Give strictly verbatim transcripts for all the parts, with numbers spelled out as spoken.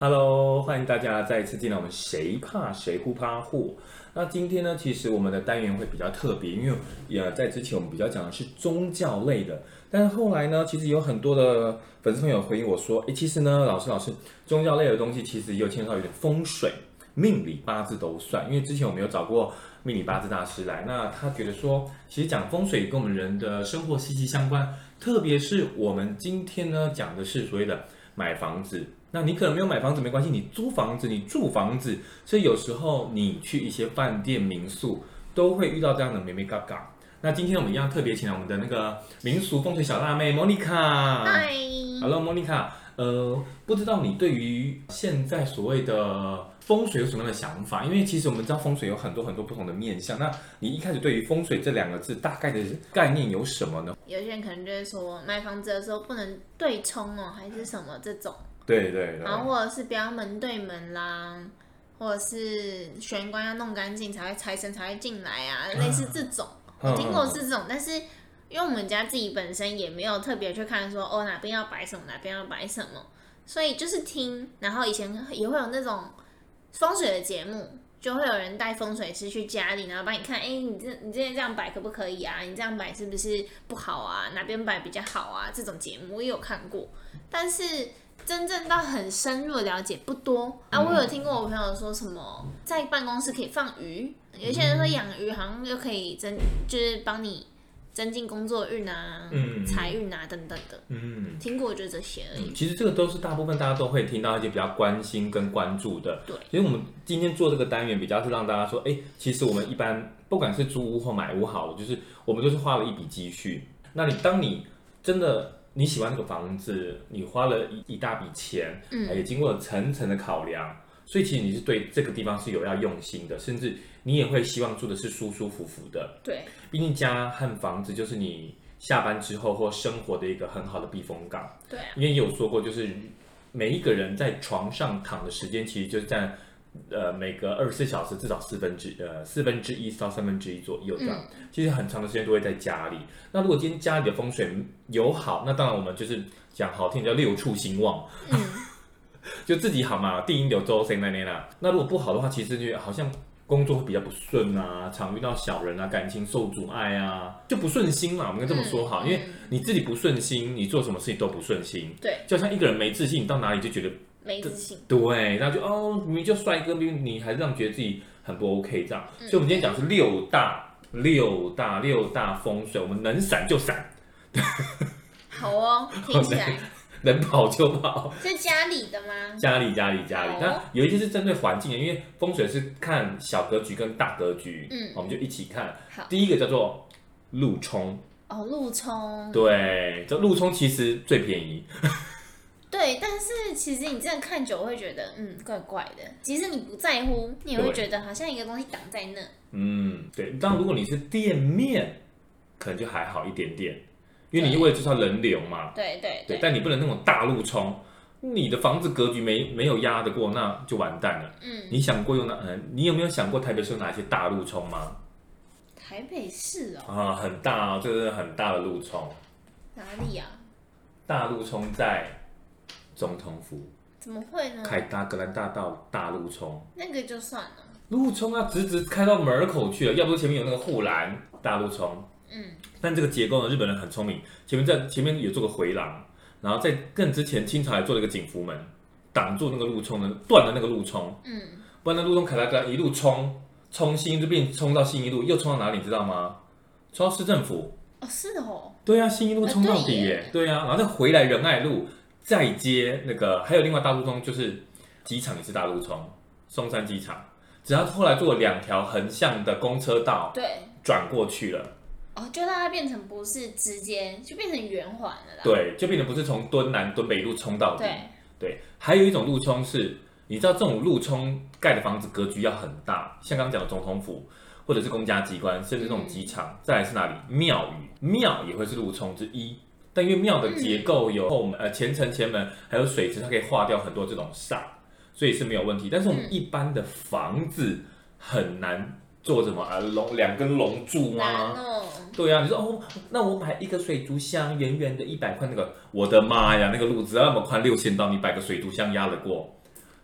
Hello，欢迎大家再一次进来我们谁怕谁不怕货。那今天呢，其实我们的单元会比较特别，因为也在之前我们比较讲的是宗教类的，但是后来呢，其实有很多的粉丝朋友回应我说，诶，其实呢，老师老师，宗教类的东西其实也有牵涉到有点风水、命理、八字都算。因为之前我们有找过命理八字大师来，那他觉得说，其实讲风水跟我们人的生活息息相关，特别是我们今天呢讲的是所谓的买房子。那你可能没有买房子没关系，你租房子，你住房子，所以有时候你去一些饭店、民宿都会遇到这样的眉眉角角。那今天我们一样特别请来我们的那个民俗风水小辣妹莫妮卡。 嗨 Hello， 莫妮卡。呃，不知道你对于现在所谓的风水有什么样的想法？因为其实我们知道风水有很多很多不同的面向。那你一开始对于风水这两个字大概的概念有什么呢？ 有些人可能就会说，买房子的时候不能对冲哦，还是什么这种。 对对对。 然后或者是不要门对门啦，或者是玄关要弄干净才会财神才会进来啊，类似这种。我听过是这种，但是因为我们家自己本身也没有特别去看说哦哪边要摆什么，哪边要摆什么，所以就是听。然后以前也会有那种风水的节目，就会有人带风水师去家里，然后帮你看，哎，你这你这这样摆可不可以啊？你这样摆是不是不好啊？哪边摆比较好啊？这种节目我也有看过，但是真正到很深入的了解不多啊。我有听过我朋友说什么，在办公室可以放鱼，有些人说养鱼好像就可以增，就是帮你增进工作运啊、财运啊等等的。嗯，听过就这些而已、 嗯。其实这个都是大部分大家都会听到一些比较关心跟关注的。 对， 所以我们今天做这个单元比较是让大家说，哎，其实我们一般不管是租屋或买屋好了，就是我们就是花了一笔积蓄。那你当你真的你喜欢这个房子，你花了 一, 一大笔钱，嗯，也经过了层层的考量，所以其实你是对这个地方是有要用心的，甚至你也会希望住的是舒舒服服的。 对， 毕竟家和房子就是你下班之后或生活的一个很好的避风港。 对、啊， 因为也有说过，就是每一个人在床上躺的时间，其实就是在呃每个二十四小时至少四分之呃四分之一到三分之一左右这样、嗯。其实很长的时间都会在家里。那如果今天家里的风水有好，那当然我们就是讲好听叫六畜兴旺，嗯、就自己好嘛，地阴流周生那那啦。那如果不好的话，其实就好像工作会比较不顺啊，常遇到小人啊，感情受阻碍啊，就不顺心嘛。我们跟这么说好、嗯，因为你自己不顺心，你做什么事情都不顺心。 对， 就像一个人没自信，你到哪里就觉得没自信。 对，然后就哦，明明就帅哥，明明你还是让觉得自己很不 OK 这样。嗯、所以我们今天讲是六大六大六大风水，我们能闪就闪。 好哦，听起来。 能跑就跑， 是家里的吗？ 家里家里家里，那、哦、有一些是针对环境的，因为风水是看小格局跟大格局，嗯，我们就一起看。 好， 第一个叫做路冲。 哦，路冲。 对，这路冲其实最便宜。 对，但是其实你这样看久会觉得，嗯，怪怪的。即使你不在乎，你也会觉得好像一个东西挡在那。 嗯，对。但如果你是店面，可能就还好一点点。因为你为了就是要人流嘛， 对对对, 对，但你不能那种大路冲，你的房子格局没没有压得过，那就完蛋了。嗯，你想过用哪？嗯，你有没有想过台北市有哪些大路冲吗？ 台北市哦， 啊，很大哦，这个是很大的路冲。 哪里啊？ 大路冲在总统府。 怎么会呢？ 凯达格兰大道大路冲， 那个就算了。 路冲要直直开到门口去了，要不是前面有那个护栏，大路冲。嗯，但这个结构呢，日本人很聪明，前面在前面有做个回廊，然后在更之前，清朝还做了一个景福门，挡住那个路冲呢，断了那个路冲。嗯，不然那路冲凯达格兰一路冲，冲新一路变冲到信义路，又冲到哪里你知道吗？冲到市政府。 哦，是哦。 对啊，信义路冲到底耶。对啊，然后再回来仁爱路，再接那个，还有另外大路冲就是机场也是大路冲，松山机场，只要后来做了两条横向的公车道， 对， 转过去了。 哦，就让它变成不是直接，就变成圆环了啦。 对，就变成不是从敦南敦北路冲到底。 对对，还有一种路冲是，你知道这种路冲盖的房子格局要很大，像刚刚讲的总统府，或者是公家机关，甚至这种机场。嗯、再来是哪里？庙宇，庙也会是路冲之一。但因为庙的结构有后门、嗯、呃前城、前门，还有水池，它可以化掉很多这种煞，所以是没有问题。但是我们一般的房子很难。做什么啊？龙两根龙柱吗？ 哦、 对啊，你说哦，那我买一个水族箱，圆圆的，一百块那个，我的妈呀，那个路只要那么宽六千刀，你摆个水族箱压得过？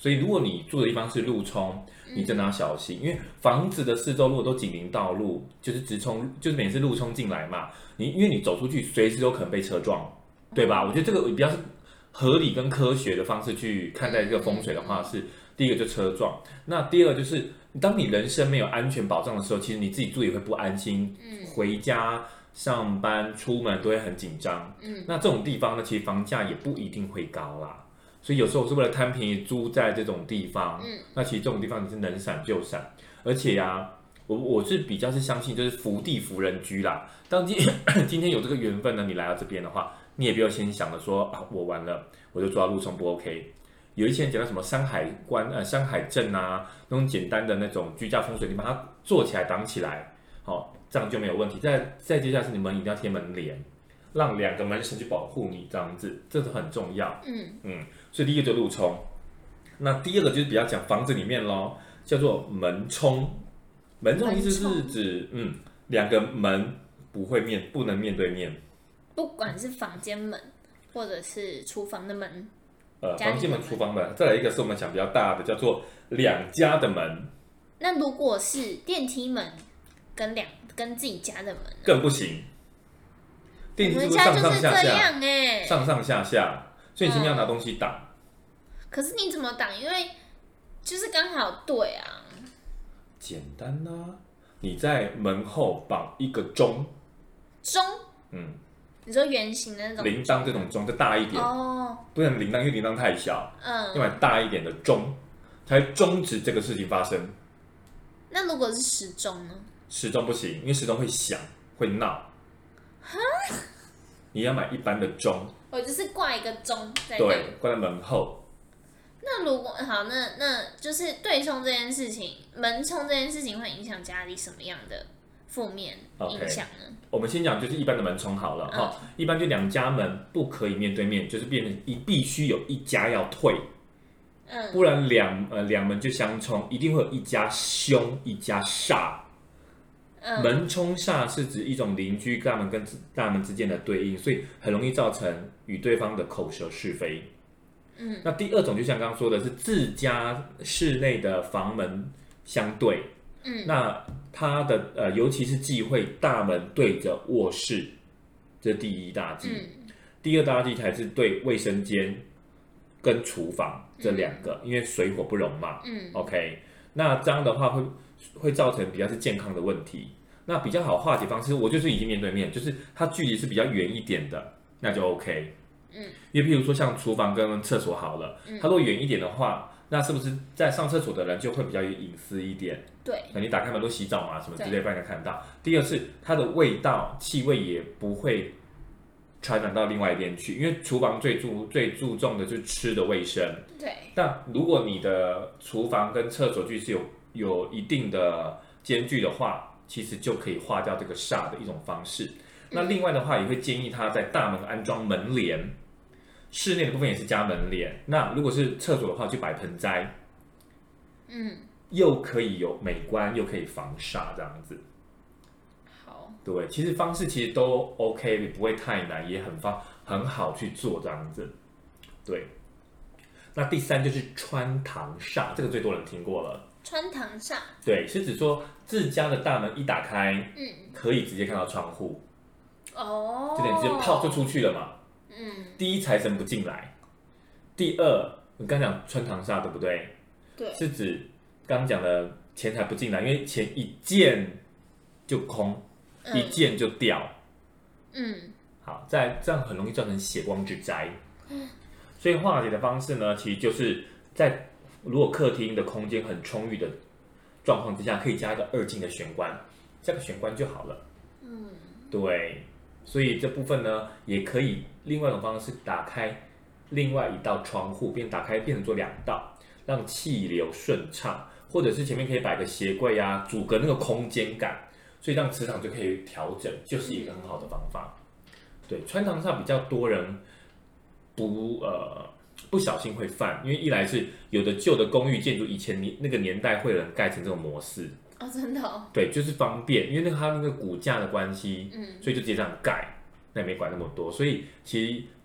所以如果你住的地方是路冲，你真的要小心，因为房子的四周如果都紧邻道路，就是直冲，就是每次路冲进来嘛，你因为你走出去随时都可能被车撞，对吧？我觉得这个比较是合理跟科学的方式去看待这个风水的话是，第一个就车撞，那第二个就是当你人生没有安全保障的时候，其实你自己住也会不安心，回家上班出门都会很紧张，那这种地方呢，其实房价也不一定会高啦。所以有时候我是为了贪便宜租在这种地方，嗯，那其实这种地方你是能闪就闪，而且呀、啊，我我是比较是相信就是福地福人居啦。当今今天有这个缘分呢，你来到这边的话，你也不要先想着说啊，我完了我就做到路冲不 OK。有一些人讲到什么山海关呃山海镇啊，那种简单的那种居家风水，你把它做起来挡起来，好、哦，这样就没有问题。再再接下来是你们一定要贴门帘。让两个门神去保护你，这样子，这是很重要。嗯嗯，所以第一个就路冲，那第二个就是比较讲房子里面咯，叫做门冲。门冲的意思是指，嗯，两个门不会面，不能面对面。 不管是房间门，或者是厨房的门。 呃，房间门、厨房门，再来一个是我们讲比较大的，叫做两家的门。 那如果是电梯门跟两跟自己家的门， 更不行。电梯是不是上上下下？上上下下，所以你前面要拿东西挡、嗯。 可是你怎么挡？因为就是刚好对啊。 简单啊，你在门后绑一个钟。 钟？嗯。你说圆形的那种铃铛这种钟，就大一点哦，不能铃铛，因为铃铛太小，嗯，要买大一点的钟，才终止这个事情发生。 那如果是时钟呢？ 时钟不行，因为时钟会响，会闹。哈？你要买一般的钟。 我就是挂一个钟在那。 对，挂在门后。 那如果好，那那就是对冲这件事情，门冲这件事情会影响家里什么样的负面影响呢？ Okay. 我们先讲就是一般的门冲好了哈、嗯，一般就两家门不可以面对面，就是变成一必须有一家要退，嗯，不然两呃两门就相冲，一定会有一家凶一家煞。嗯、门冲煞是指一种邻居大门跟大门之间的对应，所以很容易造成与对方的口舌是非。嗯，那第二种就像刚刚说的是自家室内的房门相对。嗯，那它的呃，尤其是忌讳大门对着卧室，这是第一大忌。嗯、第二大忌才是对卫生间跟厨房这两个，嗯、因为水火不容嘛。嗯 ，OK， 那这样的话会会造成比较是健康的问题。那比较好化解方式，我就是已经面对面，就是它距离是比较远一点的，那就 OK。嗯，因为譬如说像厨房跟厕所好了，嗯、它如果远一点的话。那是不是在上厕所的人就会比较有隐私一点？ 对， 你打开门都洗澡嘛，什么之类，不然看到。第二是它的味道、气味也不会传染到另外一边去，因为厨房最注最注重的就是吃的卫生。 对。 但如果你的厨房跟厕所距是有有一定的间距的话，其实就可以化掉这个煞的一种方式。嗯、那另外的话，也会建议他在大门安装门帘。室内的部分也是加门帘，那如果是厕所的话，就摆盆栽，嗯，又可以有美观，又可以防煞，这样子。 好， 对，其实方式其实都 OK， 也不会太难，也很方很好去做这样子。对，那第三就是穿堂煞，这个最多人听过了。 穿堂煞， 对，是指说自家的大门一打开，嗯，可以直接看到窗户，哦，就等于直接泡就出去了嘛。嗯，第一财神不进来，第二你刚讲穿堂煞对不对？ 对， 是指刚刚讲的钱财不进来，因为钱一见就空，嗯、一见就掉。嗯，好，在这样很容易造成血光之灾。嗯，所以化解的方式呢，其实就是在如果客厅的空间很充裕的状况之下，可以加一个二进的玄关，加个玄关就好了。嗯，对。所以这部分呢，也可以另外一种方式打开另外一道窗户，变打开变成做两道，让气流顺畅，或者是前面可以摆个鞋柜啊，阻隔那个空间感，所以让磁场就可以调整，就是一个很好的方法。对，穿堂煞比较多人不呃不小心会犯，因为一来是有的旧的公寓建筑以前那个年代会有人盖成这种模式。 哦，真的哦。 对，就是方便，因为那个它那个骨架的关系，嗯，所以就直接这样盖，那也没管那么多。所以其实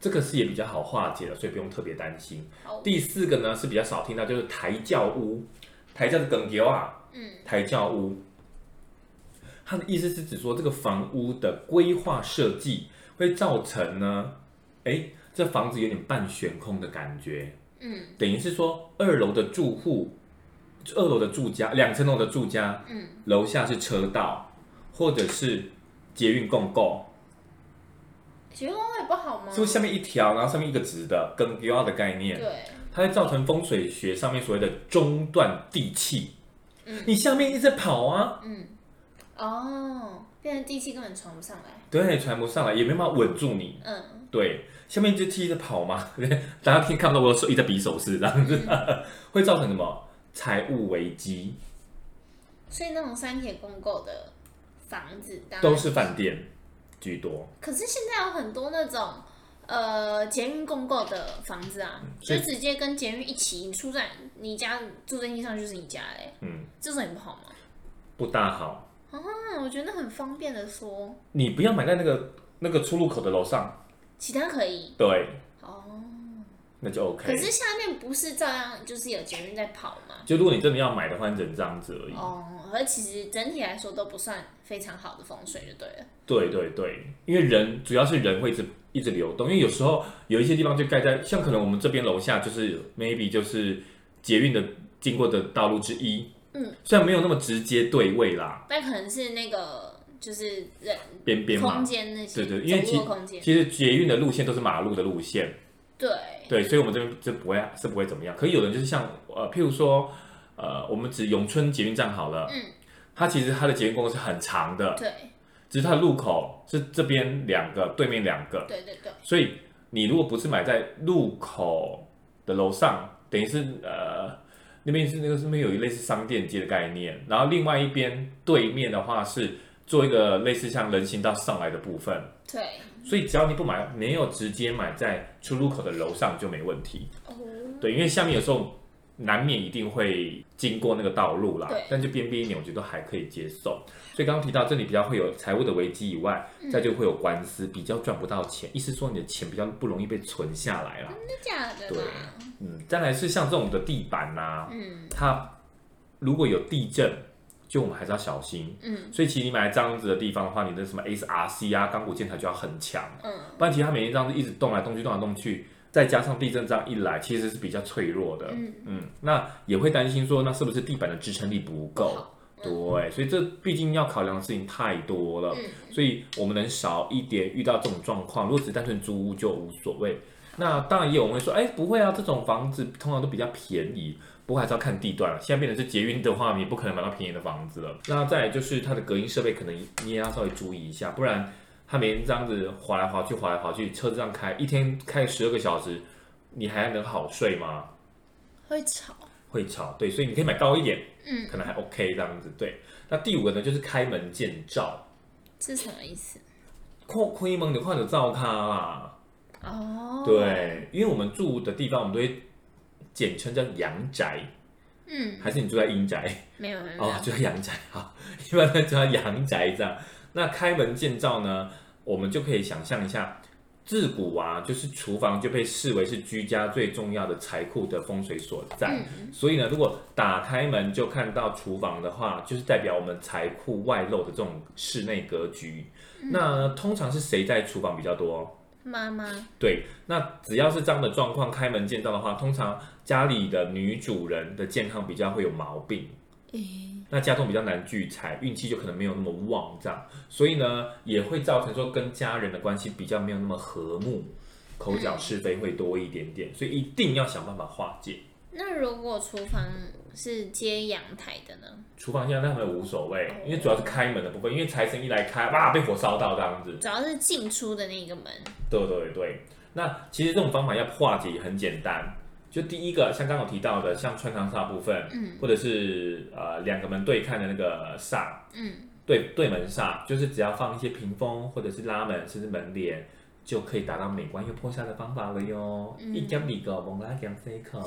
这个是也比较好化解的，所以不用特别担心。 好， 第四个呢是比较少听到，就是台教屋，台教是梗桥啊， 嗯， 台教屋，它的意思是指说这个房屋的规划设计会造成呢，哎，这房子有点半悬空的感觉， 嗯， 等于是说二楼的住户，二楼的住家，两层楼的住家， 嗯， 楼下是车道，或者是捷运共构。 捷运共构也不好吗？ 是不是下面一条，然后上面一个直的梗桥的概念？ 对， 它会造成风水学上面所谓的中断地气。 嗯， 你下面一直在跑啊， 嗯，哦，变成地气根本传不上来。 对，传不上来，也没办法稳住你。 嗯， 对，下面就气一直跑嘛，大家听看不到我手一直比手势这样子，嗯、会造成什么财务危机？ 所以那种三铁共构的房子都是饭店居多。 可是现在有很多那种呃捷运共构的房子啊，就直接跟捷运一起，你出站，你家住在地上就是你家嘞。嗯，这种也不好吗？ 不大好。 啊，我觉得很方便的说。 你不要买在那个那个出入口的楼上。 其他可以。 对。 哦。 那就 OK。 可是下面不是照样就是有捷运在跑吗？ 就如果你真的要买的话，你只能这样子而已。 哦，而其实整体来说都不算非常好的风水，就对了。 对对对，因为人主要是人会一直一直流动，因为有时候有一些地方就盖在，像可能我们这边楼下就是 maybe 就是捷运的经过的道路之一，嗯，虽然没有那么直接对位啦， 但可能是那个就是人边边嘛， 空间那些， 对对，因为其其实捷运的路线都是马路的路线。 对对，所以我们这边就不会是不会怎么样。可是有人就是像呃，譬如说呃，我们指永春捷运站好了，嗯，它其实它的捷运公司是很长的， 对， 只是它的路口是这边两个，对面两个， 对对对。 所以你如果不是买在路口的楼上，等于是呃那边是那个是没有类似商店街的概念，然后另外一边对面的话是做一个类似像人行道上来的部分， 对。 所以只要你不买，没有直接买在出入口的楼上就没问题。哦。对，因为下面有时候难免一定会经过那个道路啦，但就边边一点，我觉得都还可以接受。所以刚刚提到这里比较会有财务的危机以外，嗯、再就会有官司，比较赚不到钱，意思说你的钱比较不容易被存下来啦。 真的假的？ 对，嗯，再来是像这种的地板呐、啊，嗯，它如果有地震。就我们还是要小心，嗯，所以其实你买这样子的地方的话，你的什么 S R C 啊、钢骨建材就要很强，嗯，不然其实它每天这样子一直动来动去、动来动去，再加上地震这样一来，其实是比较脆弱的，嗯嗯，那也会担心说，那是不是地板的支撑力不够？嗯、对，所以这毕竟要考量的事情太多了，嗯、所以我们能少一点遇到这种状况，如果只是单纯租屋就无所谓。那当然也有人会说，哎，不会啊，这种房子通常都比较便宜。不过还是要看地段了。现在变成是捷运的话，你不可能买到便宜的房子了。那再来就是它的隔音设备，可能你也要稍微注意一下，不然它每天这样子滑来滑去、滑来滑去，车子这样开，一天开十二个小时，你还能好睡吗？ 会吵， 会吵，对，所以你可以买高一点，嗯，可能还 OK 这样子。对，那第五个呢，就是开门见灶， 是什么意思？ 开开门就看到灶咖啦。 哦， 对，因为我们住的地方，我们都会简称叫阳宅，嗯，还是你住在阴宅？ 没有，没有， 哦，住在阳宅，好，一般都叫阳宅这样。那开门见灶呢，我们就可以想象一下，自古啊，就是厨房就被视为是居家最重要的财库的风水所在。嗯、所以呢，如果打开门就看到厨房的话，就是代表我们财库外露的这种室内格局。嗯、那通常是谁在厨房比较多？ 妈妈。 对，那只要是这样的状况，开门见灶的话，通常家里的女主人的健康比较会有毛病，欸、那家中比较难聚财，运气就可能没有那么旺，这样，所以呢，也会造成说跟家人的关系比较没有那么和睦，口角是非会多一点点，所以一定要想办法化解。 那如果厨房是接阳台的呢？ 厨房现在那很无所谓，因为主要是开门的部分，因为财神一来开，哇，被火烧到这样子。 主要是进出的那个门。 对对对，那其实这种方法要化解也很简单，就第一个像刚刚有提到的，像穿堂煞部分，嗯，或者是呃两个门对看的那个煞，嗯，对对门煞，就是只要放一些屏风或者是拉门甚至门帘，就可以达到美观又破煞的方法了哟。嗯、一讲二个，蒙拉讲这个。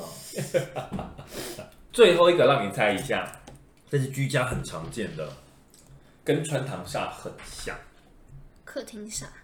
最后一个让你猜一下，这是居家很常见的，跟穿堂煞很像。 客厅煞。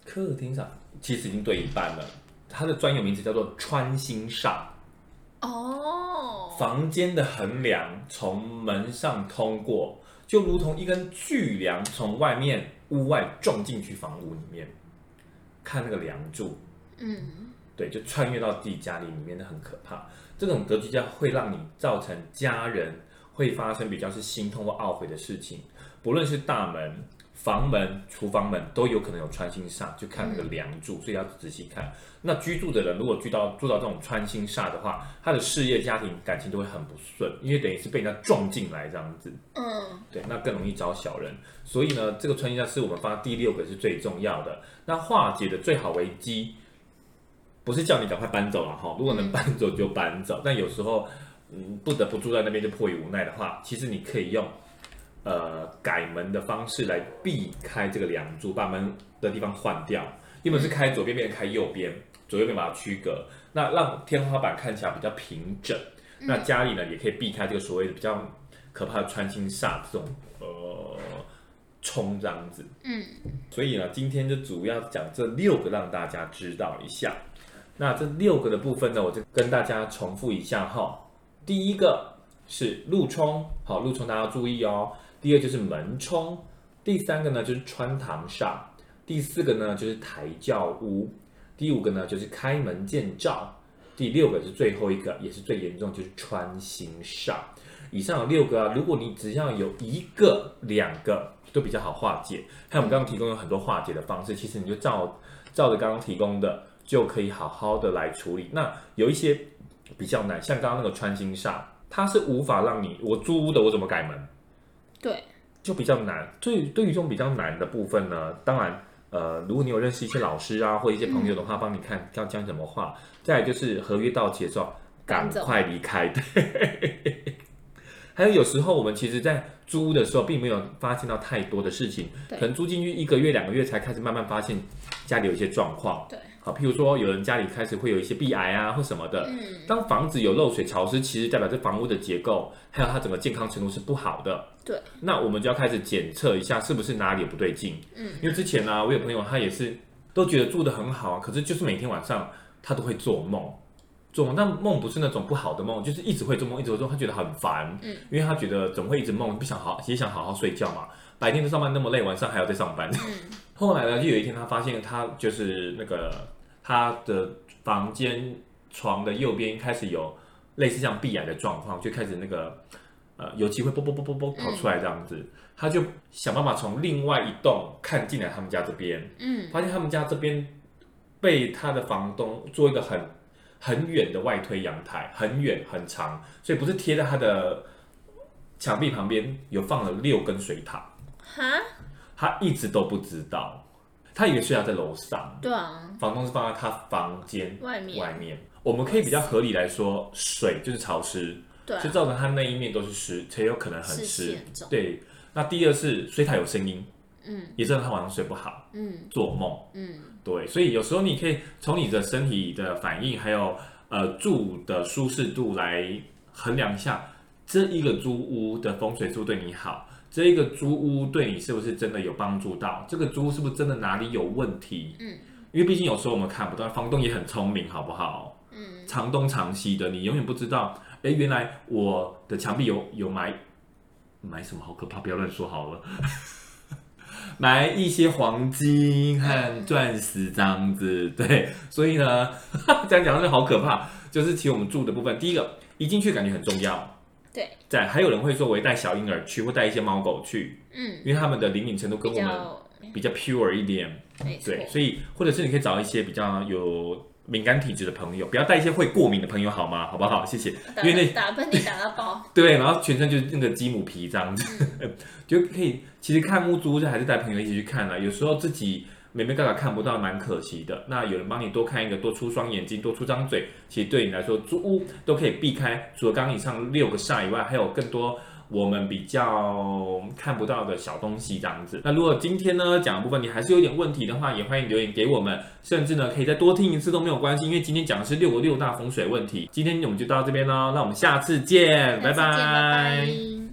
客厅上其实已经对一半了，它的专有名词叫做穿心煞。 哦， 房间的横梁从门上通过，就如同一根巨梁从外面屋外撞进去房屋里面，看那个梁柱， 嗯， 对，就穿越到自己家里里面，的很可怕。这种格局家会让你造成家人会发生比较是心痛或懊悔的事情，不论是大门、房门、厨房门都有可能有穿心煞，就看那个梁柱，所以要仔细看。那居住的人如果住到住到这种穿心煞的话，他的事业、家庭、感情都会很不顺，因为等于是被人家撞进来这样子。 嗯， 对，那更容易招小人。所以呢，这个穿心煞是我们发第六个是最重要的。那化解的最好危机，不是叫你赶快搬走了哈，如果能搬走就搬走。嗯、但有时候，嗯，不得不住在那边就迫于无奈的话，其实你可以用呃改门的方式来避开这个梁柱，把门的地方换掉。原本是开左边，变成开右边，左右边把它区隔，那让天花板看起来比较平整。嗯、那家里呢，也可以避开这个所谓的比较可怕的穿心煞这种呃冲这样子。嗯，所以呢，今天就主要讲这六个，让大家知道一下。那这六个的部分呢，我就跟大家重复一下哈。第一个是路冲，好，路冲大家要注意哦。第二就是门冲，第三个呢就是穿堂煞。第四个呢就是抬轿屋，第五个呢就是开门见灶，第六个是最后一个，也是最严重，就是穿心煞。以上有六个啊，如果你只要有一个、两个都比较好化解。还有我们刚刚提供有很多化解的方式，其实你就照照着刚刚提供的，就可以好好的来处理。那有一些比较难，像刚刚那个穿心煞，它是无法让你我租屋的我怎么改门？ 对， 就比较难。对于对于这种比较难的部分呢，当然。呃，如果你有认识一些老师啊，或一些朋友的话，帮你看要讲怎么画。再来就是合约到期的时候，赶快离开。对，还有有时候我们其实，在租屋的时候，并没有发现到太多的事情，可能租进去一个月、两个月才开始慢慢发现家里有一些状况。 对， 好，譬如说有人家里开始会有一些壁癌啊或什么的。嗯，当房子有漏水、潮湿，其实代表这房屋的结构还有它整个健康程度是不好的。 对， 那我们就要开始检测一下是不是哪里有不对劲。嗯，因为之前呢、啊，我有朋友他也是都觉得住得很好啊，可是就是每天晚上他都会做梦，做梦，但梦不是那种不好的梦，就是一直会做梦，一直会做梦，他觉得很烦。嗯，因为他觉得怎么会一直梦，不想好也想好好睡觉嘛，白天都上班那么累，晚上还要再上班。嗯，后来呢，就有一天他发现他就是那个他的房间床的右边开始有类似像壁癌的状况，就开始那个。呃，油漆会啵啵啵啵啵跑出来这样子，嗯、他就想办法从另外一栋看进来他们家这边，嗯，发现他们家这边被他的房东做一个很很远的外推阳台，很远很长，所以不是贴在他的墙壁旁边，有放了六根水塔，哈，他一直都不知道，他以为睡觉在楼上， 对啊， 房东是放在他房间外面， 外面，我们可以比较合理来说，水就是潮湿。 对啊、 就造成它那一面都是湿，才有可能很湿。对，那第二是水塔有声音，嗯，也让他晚上睡不好，嗯，做梦，嗯，对，所以有时候你可以从你的身体的反应，还有呃住的舒适度来衡量一下，这一个租屋的风水是不是对你好，这一个租屋对你是不是真的有帮助到，这个租屋是不是真的哪里有问题？嗯，因为毕竟有时候我们看不到，房东也很聪明，好不好？嗯，长东长西的，你永远不知道。哎，原来我的墙壁有有埋埋什么？好可怕！不要乱说好了。埋一些黄金和钻石这样子，对，所以呢，这样讲是好可怕。就是其实我们住的部分，第一个一进去感觉很重要， 对。 再还有人会说，我会带小婴儿去，或带一些猫狗去，嗯，因为他们的灵敏程度跟我们比较 pure 一点，对，所以或者是你可以找一些比较有。敏感体质的朋友，不要带一些会过敏的朋友好吗？好不好？谢谢。因为那打喷嚏打到爆。 对，然后全身就是那个鸡母皮这样子，嗯、就可以。其实看屋租还是带朋友一起去看啦。有时候自己美美嘎嘎看不到，蛮可惜的。那有人帮你多看一个，多出双眼睛，多出张嘴，其实对你来说租屋都可以避开。除了刚刚以上六个煞以外，还有更多。我们比较看不到的小东西这样子。那如果今天呢讲的部分你还是有点问题的话，也欢迎留言给我们，甚至呢可以再多听一次都没有关系，因为今天讲的是六个六大风水问题。今天我们就到这边咯，那我们下次见， 拜拜。